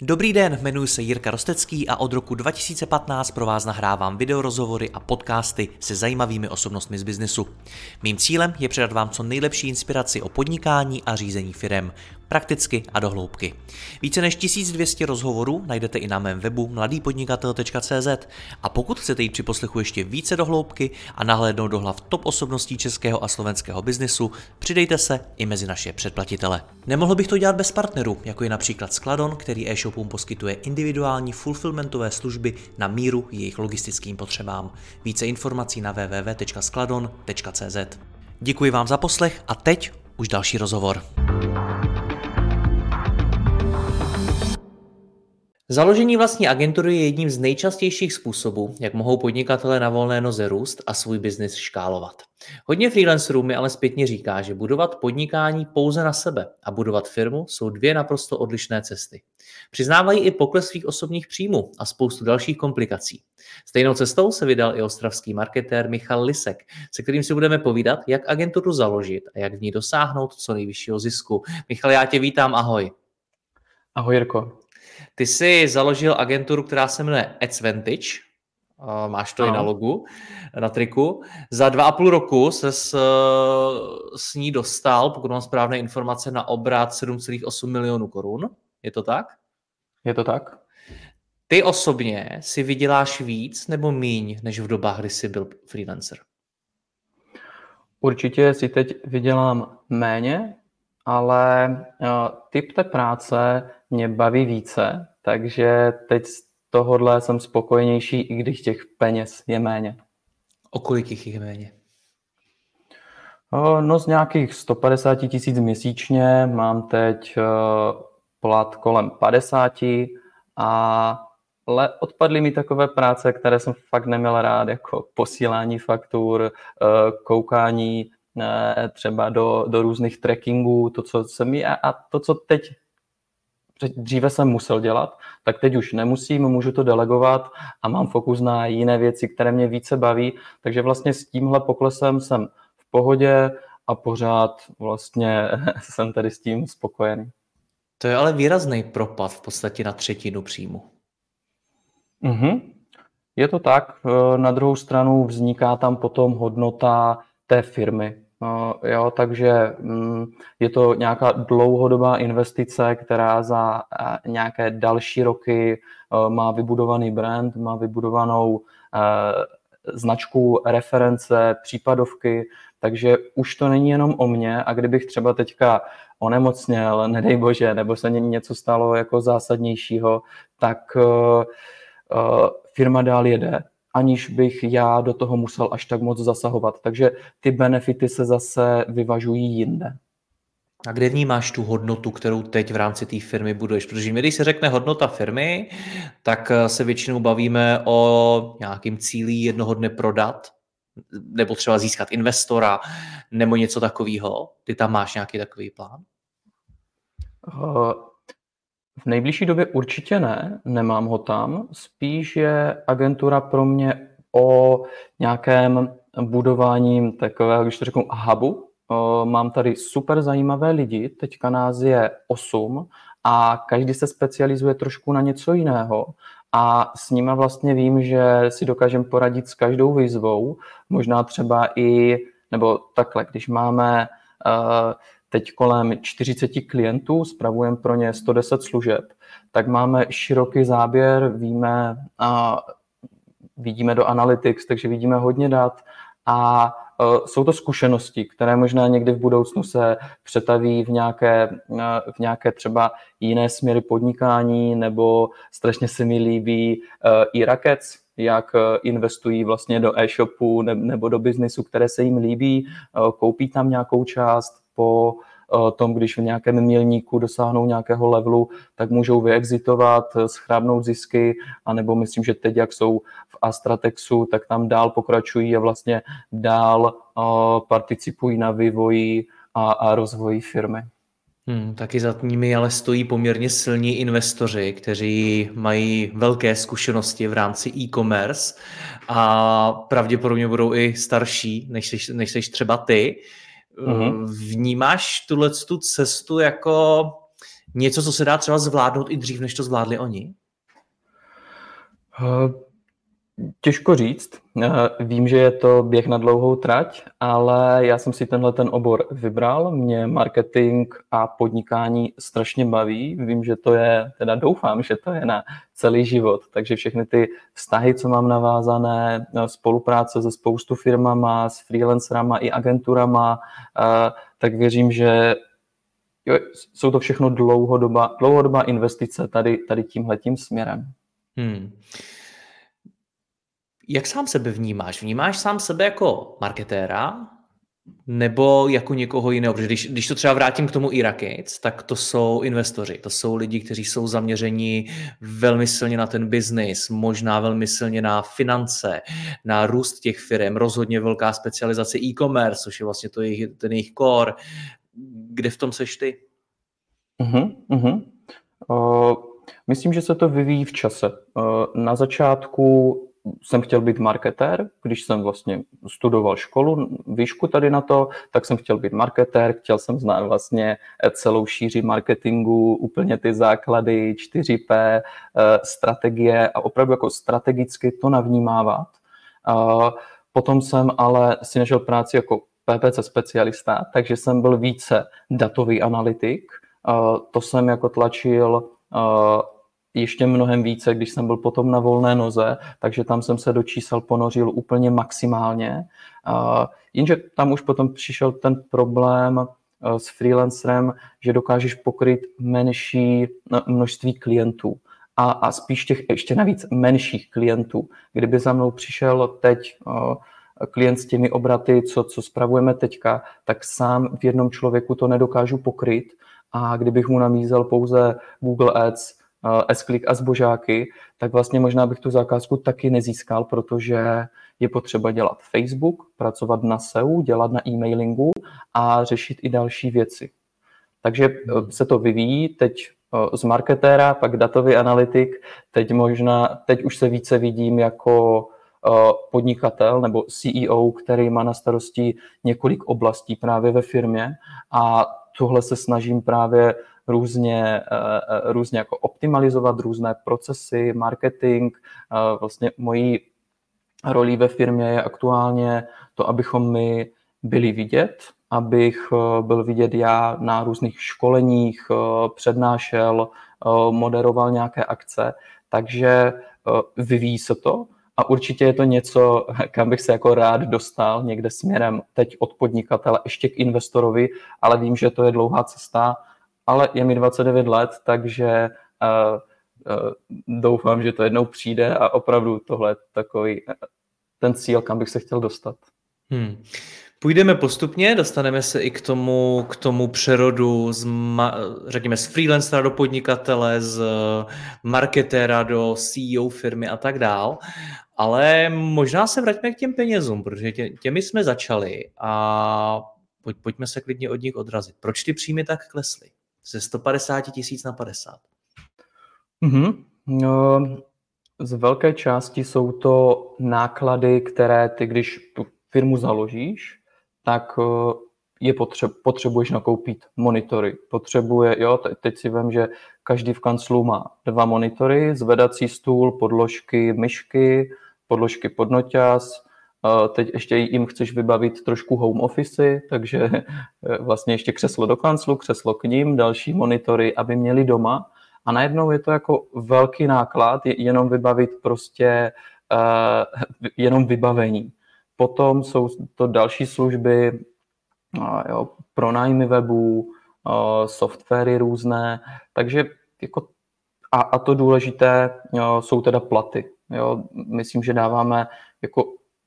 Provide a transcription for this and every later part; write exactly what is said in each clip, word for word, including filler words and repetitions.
Dobrý den, jmenuji se Jirka Rostecký a od roku dva tisíce patnáct pro vás nahrávám videorozhovory a podcasty se zajímavými osobnostmi z biznesu. Mým cílem je předat vám co nejlepší inspiraci o podnikání a řízení firem, prakticky a do hloubky. Více než tisíc dvě stě rozhovorů najdete i na mém webu mladý podnikatel tečka cé zet a pokud chcete jít při poslechu ještě více do hloubky a nahlédnout do hlav top osobností českého a slovenského biznesu, přidejte se i mezi naše předplatitele. Nemohl bych to dělat bez partnerů, jako je například Skladon, který e-shopům poskytuje individuální fulfillmentové služby na míru jejich logistickým potřebám. Více informací na w w w tečka skladon tečka cé zet. Děkuji vám za poslech a teď už další rozhovor. Založení vlastní agentury je jedním z nejčastějších způsobů, jak mohou podnikatelé na volné noze růst a svůj biznis škálovat. Hodně freelancerů mi ale zpětně říká, že budovat podnikání pouze na sebe a budovat firmu jsou dvě naprosto odlišné cesty. Přiznávají i pokles svých osobních příjmů a spoustu dalších komplikací. Stejnou cestou se vydal i ostravský marketér Michal Lisek, se kterým si budeme povídat, jak agenturu založit a jak v ní dosáhnout co nejvyššího zisku. Michal, já tě vítám, ahoj. Ahoj, Jirko. Ty jsi založil agenturu, která se jmenuje AdsVantage, máš to no. i na logu, na triku. Za dva a půl roku ses s, s ní dostal, pokud mám správné informace, na obrat sedm celá osm milionů korun. Je to tak? Je to tak. Ty osobně si vyděláš víc nebo míň, než v dobách, kdy jsi byl freelancer? Určitě si teď vydělám méně, ale uh, typ té práce mě baví více, takže teď z tohohle jsem spokojenější, i když těch peněz je méně. O kolik jich je méně? Uh, no z nějakých sto padesát tisíc měsíčně, mám teď uh, plat kolem padesát a ale odpadly mi takové práce, které jsem fakt neměl rád, jako posílání faktur, uh, koukání třeba do, do různých trackingů, to, co jsem a, a to, co teď dříve jsem musel dělat, tak teď už nemusím, můžu to delegovat a mám fokus na jiné věci, které mě více baví, takže vlastně s tímhle poklesem jsem v pohodě a pořád vlastně jsem tady s tím spokojený. To je ale výrazný propad v podstatě na třetinu příjmu. Mhm. Je to tak, na druhou stranu vzniká tam potom hodnota té firmy. No, jo, takže mm, je to nějaká dlouhodobá investice, která za uh, nějaké další roky uh, má vybudovaný brand, má vybudovanou uh, značku, reference, případovky, takže už to není jenom o mně a kdybych třeba teďka onemocněl, nedej bože, nebo se něco stalo jako zásadnějšího, tak uh, uh, firma dál jede, aniž bych já do toho musel až tak moc zasahovat. Takže ty benefity se zase vyvažují jinde. A kde vnímáš tu hodnotu, kterou teď v rámci té firmy buduješ? Protože když se řekne hodnota firmy, tak se většinou bavíme o nějakým cíli jednoho dne prodat, nebo třeba získat investora, nebo něco takového. Ty tam máš nějaký takový plán? Uh... V nejbližší době určitě ne, nemám ho tam. Spíš je agentura pro mě o nějakém budováním takového, když to řeknu, hubu. Mám tady super zajímavé lidi, teďka nás je osm a každý se specializuje trošku na něco jiného. A s nima vlastně vím, že si dokážeme poradit s každou výzvou, možná třeba i, nebo takhle, když máme uh, teď kolem čtyřicet klientů, spravujeme pro ně sto deset služeb, tak máme široký záběr, víme, a vidíme do analytics, takže vidíme hodně dat a uh, jsou to zkušenosti, které možná někdy v budoucnu se přetaví v nějaké, uh, v nějaké třeba jiné směry podnikání, nebo strašně se mi líbí uh, i Rockets, jak investují vlastně do e-shopu ne, nebo do biznisu, které se jim líbí, uh, koupí tam nějakou část, po tom, když v nějakém milníku dosáhnou nějakého levelu, tak můžou vyexitovat, schrábnout zisky, anebo myslím, že teď, jak jsou v Astratexu, tak tam dál pokračují a vlastně dál participují na vývoji a, a rozvoji firmy. Hmm, taky za nimi ale stojí poměrně silní investoři, kteří mají velké zkušenosti v rámci e-commerce a pravděpodobně budou i starší, než seš, než seš třeba ty. Mm-hmm. Vnímáš tuhle tu cestu jako něco, co se dá třeba zvládnout i dřív, než to zvládli oni? Uh, Těžko říct. Vím, že je to běh na dlouhou trať, ale já jsem si tenhle ten obor vybral. Mě marketing a podnikání strašně baví. Vím, že to je, teda doufám, že to je na celý život. Takže všechny ty vztahy, co mám navázané, spolupráce se spoustu firmama, s freelancerama i agenturama, tak věřím, že jo, jsou to všechno dlouhodobá, dlouhodobá investice tady, tady tímhletím směrem. Hmm. Jak sám sebe vnímáš? Vnímáš sám sebe jako marketéra nebo jako někoho jiného? Protože když, když to třeba vrátím k tomu eRockets, tak to jsou investoři, to jsou lidi, kteří jsou zaměření velmi silně na ten biznis, možná velmi silně na finance, na růst těch firm, rozhodně velká specializace e-commerce, což je vlastně to jejich, ten jejich core. Kde v tom seš ty? Uh-huh, uh-huh. Uh, myslím, že se to vyvíjí v čase. Uh, na začátku jsem chtěl být marketér, když jsem vlastně studoval školu, výšku tady na to, tak jsem chtěl být marketér, chtěl jsem znát vlastně celou šíři marketingu, úplně ty základy, čtyři pé, strategie a opravdu jako strategicky to navnímávat. Potom jsem ale si našel práci jako pé pé cé specialista, takže jsem byl více datový analytik. To jsem jako tlačil ještě mnohem více, když jsem byl potom na volné noze, takže tam jsem se do čísel ponořil úplně maximálně. Uh, jenže tam už potom přišel ten problém uh, s freelancerem, že dokážeš pokryt menší množství klientů a, a spíš těch ještě navíc menších klientů. Kdyby za mnou přišel teď uh, klient s těmi obraty, co, co spravujeme teďka, tak sám v jednom člověku to nedokážu pokryt a kdybych mu namízel pouze Google Ads, S-Click a zbožáky, tak vlastně možná bych tu zakázku taky nezískal, protože je potřeba dělat Facebook, pracovat na S E O, dělat na e-mailingu a řešit i další věci. Takže se to vyvíjí, teď z marketéra, pak datový analytik, teď možná, teď už se více vidím jako podnikatel nebo C E O, který má na starosti několik oblastí právě ve firmě a tohle se snažím právě různě, různě jako optimalizovat různé procesy, marketing. Vlastně mojí rolí ve firmě je aktuálně to, abychom my byli vidět, abych byl vidět já na různých školeních, přednášel, moderoval nějaké akce, takže vyvíjí se to a určitě je to něco, kam bych se jako rád dostal někde směrem teď od podnikatele ještě k investorovi, ale vím, že to je dlouhá cesta, ale je mi dvacet devět let, takže uh, uh, doufám, že to jednou přijde a opravdu tohle je takový ten cíl, kam bych se chtěl dostat. Hmm. Půjdeme postupně, dostaneme se i k tomu, k tomu přerodu z, řekněme, z freelancera do podnikatele, z marketéra do C E O firmy a tak dál. Ale možná se vraťme k těm penězům, protože tě, těmi jsme začali a pojď, pojďme se klidně od nich odrazit. Proč ty příjmy tak klesly? Ze sto padesát tisíc na padesát. Mm-hmm. No, z velké části jsou to náklady, které ty, když tu firmu založíš, tak je potře- potřebuješ nakoupit monitory. Potřebuje, jo, teď si vem, že každý v kanclu má dva monitory, zvedací stůl, podložky, myšky, podložky pod noťaz. Teď ještě jim chceš vybavit trošku home office, takže vlastně ještě křeslo do kanclu, křeslo k ním, další monitory, aby měli doma. A najednou je to jako velký náklad, jenom vybavit prostě uh, jenom vybavení. Potom jsou to další služby, uh, jo, pronájmy webů, uh, softwary různé, takže jako a, a to důležité jo, jsou teda platy. Jo. Myslím, že dáváme jako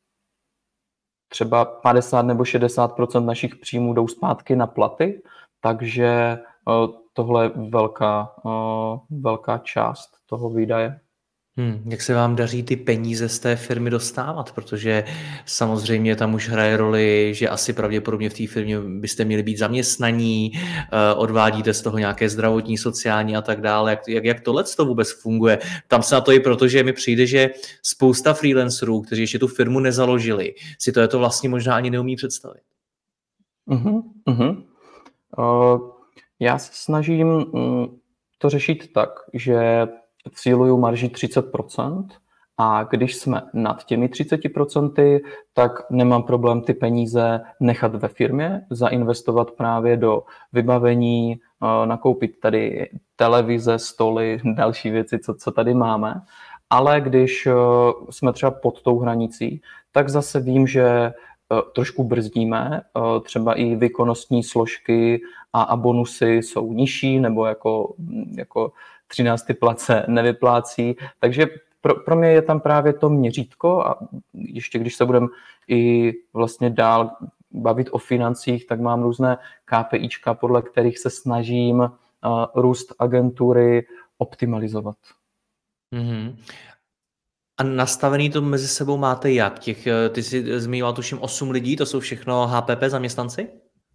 třeba padesát nebo šedesát procent našich příjmů jdou zpátky na platy, takže uh, tohle je velká, uh, velká část toho výdaje. Hmm, jak se vám daří ty peníze z té firmy dostávat? Protože samozřejmě tam už hraje roli, že asi pravděpodobně v té firmě byste měli být zaměstnaní, odvádíte z toho nějaké zdravotní, sociální a tak dále. Jak, jak, jak tohle to vůbec funguje? Tam se na to i proto, že mi přijde, že spousta freelancerů, kteří ještě tu firmu nezaložili, si to je to vlastně možná ani neumí představit. Uh-huh, uh-huh. Uh, já se snažím... Um... to řešit tak, že cíluju marži třicet procent a když jsme nad těmi třicet procent, tak nemám problém ty peníze nechat ve firmě, zainvestovat právě do vybavení, nakoupit tady televize, stoly, další věci, co, co tady máme. Ale když jsme třeba pod tou hranicí, tak zase vím, že trošku brzdíme, třeba i výkonnostní složky a, a bonusy jsou nižší, nebo jako, jako třináctý plat se nevyplácí. Takže pro, pro mě je tam právě to měřítko a ještě když se budeme i vlastně dál bavit o financích, tak mám různé KPIčka, podle kterých se snažím uh, růst agentury optimalizovat. Mm-hmm. A nastavený to mezi sebou máte jak? Těch, ty jsi zmínil tuším osm lidí, to jsou všechno H P P zaměstnanci?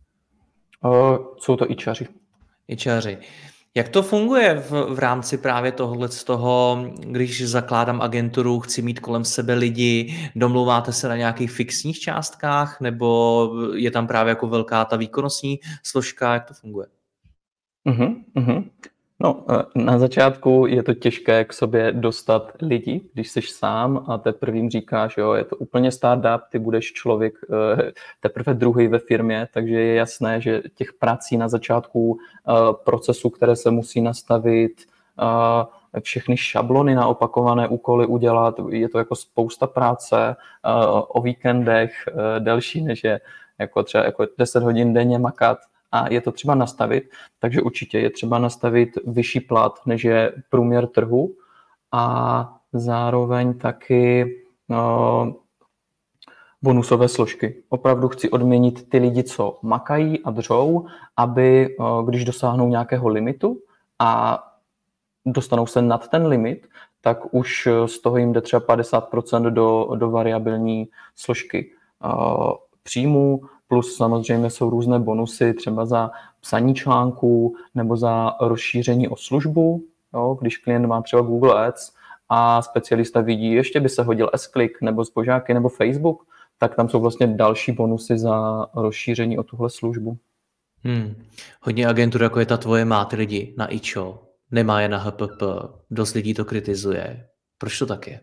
Uh, jsou to ičaři. Ičaři. Jak to funguje v, v rámci právě tohle z toho, když zakládám agenturu, chci mít kolem sebe lidi, domlouváte se na nějakých fixních částkách, nebo je tam právě jako velká ta výkonnostní složka, jak to funguje? Uh-huh, uh-huh. No, na začátku je to těžké k sobě dostat lidi, když jsi sám a teprve jim říkáš, jo, je to úplně startup, ty budeš člověk teprve druhý ve firmě, takže je jasné, že těch prací na začátku procesu, které se musí nastavit, všechny šablony na opakované úkoly udělat, je to jako spousta práce, o víkendech delší, než je jako třeba jako deset hodin denně makat. A je to třeba nastavit, takže určitě je třeba nastavit vyšší plat, než je průměr trhu a zároveň taky no, bonusové složky. Opravdu chci odměnit ty lidi, co makají a dřou, aby když dosáhnou nějakého limitu a dostanou se nad ten limit, tak už z toho jim jde třeba padesát procent do, do variabilní složky příjmů, plus samozřejmě jsou různé bonusy třeba za psaní článků nebo za rozšíření o službu. Jo, když klient má třeba Google Ads a specialista vidí, ještě by se hodil S-Click nebo Zbožáky nebo Facebook, tak tam jsou vlastně další bonusy za rozšíření o tuhle službu. Hmm. Hodně agentur, jako je ta tvoje, má ty lidi na ičo, nemá je na H P P, dost lidí to kritizuje. Proč to tak je?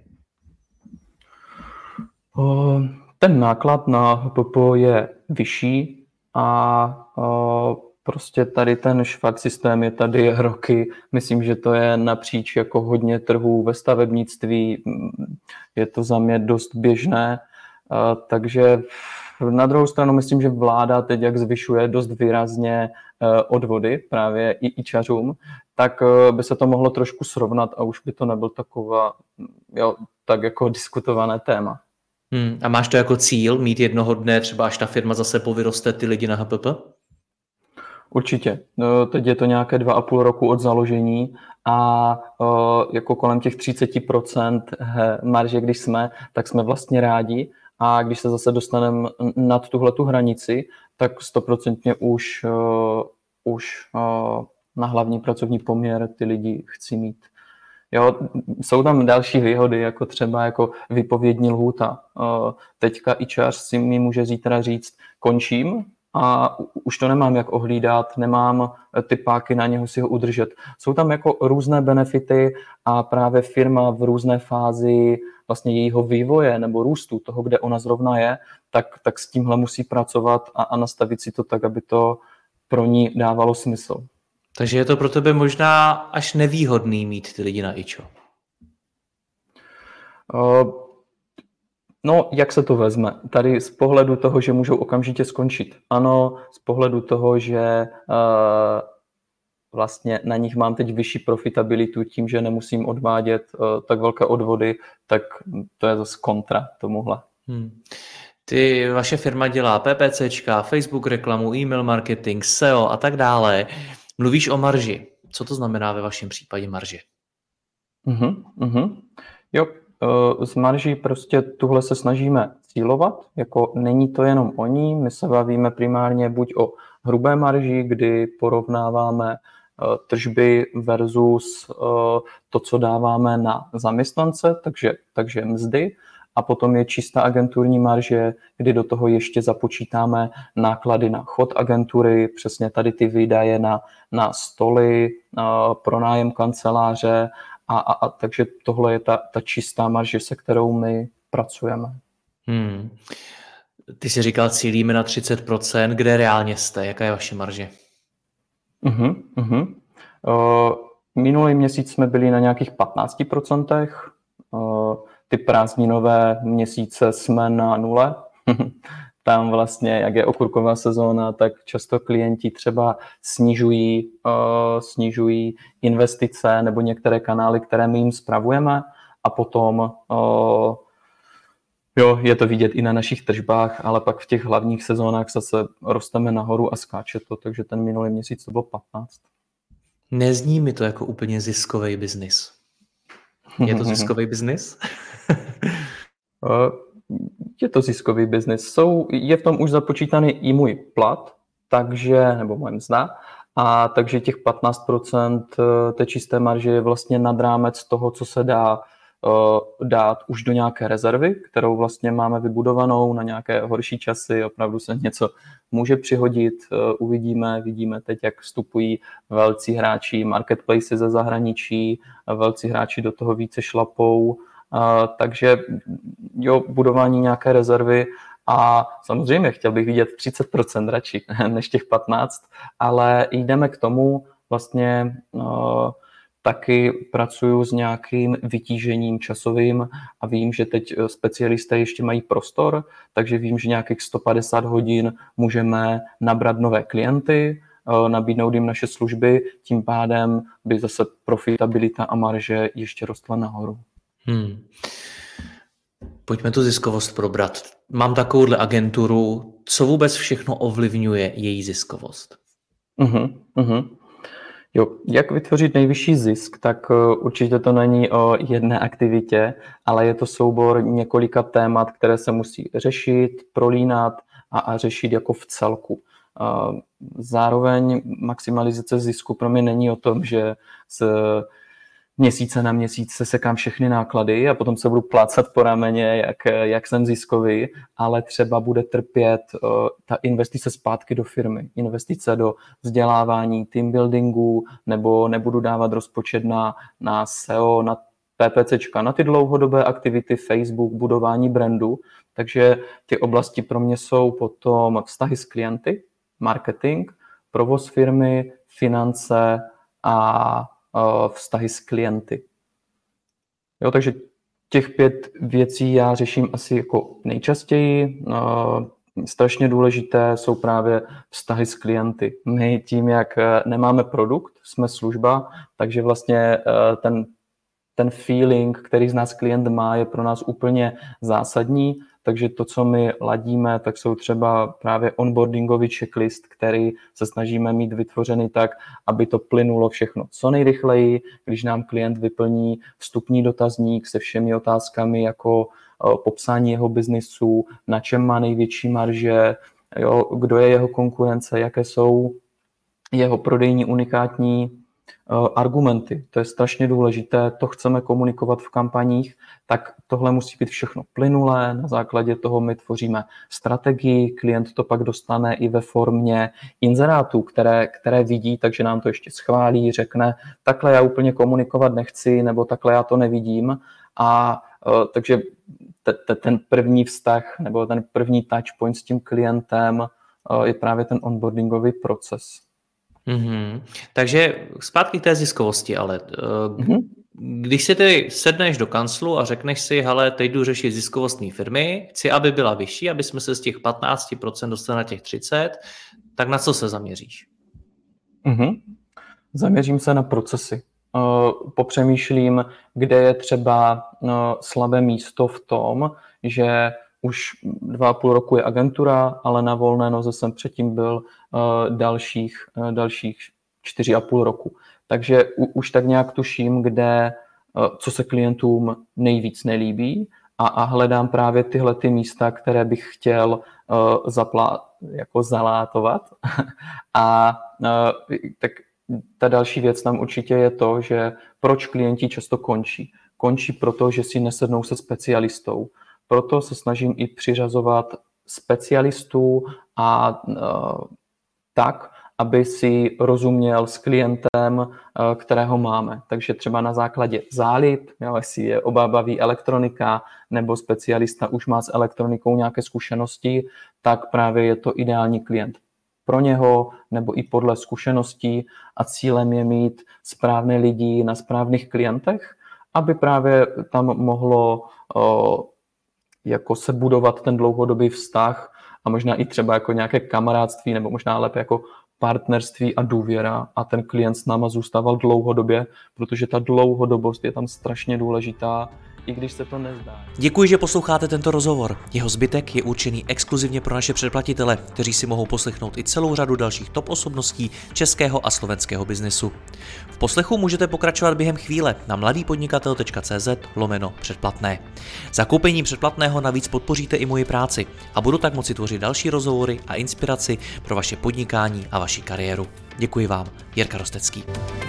O... Ten náklad na H P P je vyšší a o, prostě tady ten švak systém je tady roky. Myslím, že to je napříč jako hodně trhů ve stavebnictví. Je to za mě dost běžné. A, takže na druhou stranu myslím, že vláda teď, jak zvyšuje dost výrazně odvody právě i ičařům, tak by se to mohlo trošku srovnat a už by to nebyl taková, jo, tak jako diskutované téma. Hmm. A máš to jako cíl mít jednoho dne, třeba až ta firma zase povyroste ty lidi na H P P? Určitě. No, teď je to nějaké dva a půl roku od založení a o, jako kolem těch třicet procent marže, když jsme, tak jsme vlastně rádi a když se zase dostaneme nad tuhletu hranici, tak stoprocentně už, o, už o, na hlavní pracovní poměr ty lidi chci mít. Jo, jsou tam další výhody, jako třeba jako vypovědní lhůta. Teďka ičař si mi může zítra říct, končím a už to nemám jak ohlídat, nemám ty páky na něho si ho udržet. Jsou tam jako různé benefity a právě firma v různé fázi vlastně jejího vývoje nebo růstu, toho, kde ona zrovna je, tak, tak s tímhle musí pracovat a, a nastavit si to tak, aby to pro ní dávalo smysl. Takže je to pro tebe možná až nevýhodný mít ty lidi na ičo? Uh, no, jak se to vezme? Tady z pohledu toho, že můžou okamžitě skončit. Ano, z pohledu toho, že uh, vlastně na nich mám teď vyšší profitabilitu tím, že nemusím odvádět uh, tak velké odvody, tak to je zase kontra tomuhle. Hmm. Ty, vaše firma dělá PPCčka, Facebook reklamu, e-mail marketing, S E O a tak dále. Mluvíš o marži. Co to znamená ve vašem případě marže? Uh-huh, uh-huh. Jo, z marží prostě tuhle se snažíme cílovat, jako není to jenom o ní, my se bavíme primárně buď o hrubé marži, kdy porovnáváme tržby versus to, co dáváme na zaměstnance, takže, takže mzdy, a potom je čistá agenturní marže, kdy do toho ještě započítáme náklady na chod agentury, přesně tady ty výdaje na, na stoly, pronájem kanceláře a, a, a takže tohle je ta, ta čistá marže, se kterou my pracujeme. Hmm. Ty jsi říkal, cílíme na třicet procent, kde reálně jste? Jaká je vaše marže? Uh-huh, uh-huh. Uh, minulý měsíc jsme byli na nějakých patnáct procent, uh, ty prázdninové měsíce jsme na nule. Tam vlastně, jak je okurková sezóna, tak často klienti třeba snižují, uh, snižují investice nebo některé kanály, které my jim spravujeme a potom uh, jo, je to vidět i na našich tržbách, ale pak v těch hlavních sezónách zase rosteme nahoru a skáče to, takže ten minulý měsíc to bylo patnáct. Nezní mi to jako úplně ziskový biznis. Je to ziskový biznis? Je to ziskový biznis. Jsou, je v tom už započítaný i můj plat, takže, nebo moje mzda, a takže těch patnáct procent té čisté marže je vlastně nad rámec toho, co se dá dát už do nějaké rezervy, kterou vlastně máme vybudovanou na nějaké horší časy, opravdu se něco může přihodit, uvidíme, vidíme teď, jak vstupují velcí hráči, marketplace ze zahraničí, velcí hráči do toho více šlapou, takže jo, budování nějaké rezervy a samozřejmě chtěl bych vidět třicet procent radši než těch patnáct, ale jdeme k tomu vlastně taky pracuju s nějakým vytížením časovým a vím, že teď specialisté ještě mají prostor, takže vím, že nějakých sto padesát hodin můžeme nabrat nové klienty, nabídnout jim naše služby, tím pádem by zase profitabilita a marže ještě rostla nahoru. Hmm. Pojďme tu ziskovost probrat. Mám takovouhle agenturu, co vůbec všechno ovlivňuje její ziskovost? Uh-huh, uh-huh. Jo, jak vytvořit nejvyšší zisk, tak určitě to není o jedné aktivitě, ale je to soubor několika témat, které se musí řešit, prolínat a, a řešit jako v celku. Zároveň maximalizace zisku pro mě není o tom, že z měsíce na měsíc se sekám všechny náklady a potom se budu plácat po rameně, jak, jak jsem ziskový, ale třeba bude trpět uh, ta investice zpátky do firmy, investice do vzdělávání, team buildingu, nebo nebudu dávat rozpočet na, na S E O, na PPCčka, na ty dlouhodobé aktivity, Facebook, budování brandu. Takže ty oblasti pro mě jsou potom vztahy s klienty, marketing, provoz firmy, finance a vztahy s klienty. Jo, takže těch pět věcí já řeším asi jako nejčastěji. Strašně důležité jsou právě vztahy s klienty. My tím, jak nemáme produkt, jsme služba, takže vlastně ten, ten feeling, který z nás klient má, je pro nás úplně zásadní. Takže to, co my ladíme, tak jsou třeba právě onboardingový checklist, který se snažíme mít vytvořený tak, aby to plynulo všechno co nejrychleji, když nám klient vyplní vstupní dotazník se všemi otázkami jako popsání jeho biznisu, na čem má největší marže, jo, kdo je jeho konkurence, jaké jsou jeho prodejní unikátní argumenty. To je strašně důležité, to chceme komunikovat v kampaních, tak tohle musí být všechno plynulé, na základě toho my tvoříme strategii, klient to pak dostane i ve formě inzerátů, které, které vidí, takže nám to ještě schválí, řekne, takhle já úplně komunikovat nechci, nebo takhle já to nevidím a takže ten první vztah nebo ten první touch point s tím klientem je právě ten onboardingový proces. Mm-hmm. Takže zpátky k té ziskovosti, ale mm-hmm. když si tedy sedneš do kanclu a řekneš si, hele, teď jdu řešit ziskovost mý firmy, chci, aby byla vyšší, aby jsme se z těch patnáct procent dostali na těch třicet procent, tak na co se zaměříš? Mm-hmm. Zaměřím se na procesy. Uh, popřemýšlím, kde je třeba uh, slabé místo v tom, že už dva a půl roku je agentura, ale na volné noze jsem předtím byl uh, dalších, uh, dalších čtyři a půl roku. Takže u, už tak nějak tuším, kde, uh, co se klientům nejvíc nelíbí a, a hledám právě tyhle ty místa, které bych chtěl uh, zaplá, jako zalátovat. a uh, tak ta další věc tam určitě je to, že proč klienti často končí. Končí proto, že si nesednou se specialistou. Proto se snažím i přiřazovat specialistů a uh, tak, aby si rozuměl s klientem, uh, kterého máme. Takže třeba na základě zálib, jo, jestli je oba baví elektronika, nebo specialista už má s elektronikou nějaké zkušenosti, tak právě je to ideální klient pro něho, nebo i podle zkušeností, a cílem je mít správné lidi na správných klientech, aby právě tam mohlo uh, jako se budovat ten dlouhodobý vztah a možná i třeba jako nějaké kamarádství nebo možná lépe jako partnerství a důvěra a ten klient s náma zůstával dlouhodobě, protože ta dlouhodobost je tam strašně důležitá, i když se to nezdá. Děkuji, že posloucháte tento rozhovor. Jeho zbytek je určený exkluzivně pro naše předplatitele, kteří si mohou poslechnout i celou řadu dalších top osobností českého a slovenského biznesu. V poslechu můžete pokračovat během chvíle na mladýpodnikatel tečka cz lomeno předplatné. Zakoupením předplatného navíc podpoříte i moji práci a budu tak moci tvořit další rozhovory a inspiraci pro vaše podnikání a vaši kariéru. Děkuji vám, Jirka Rostecký.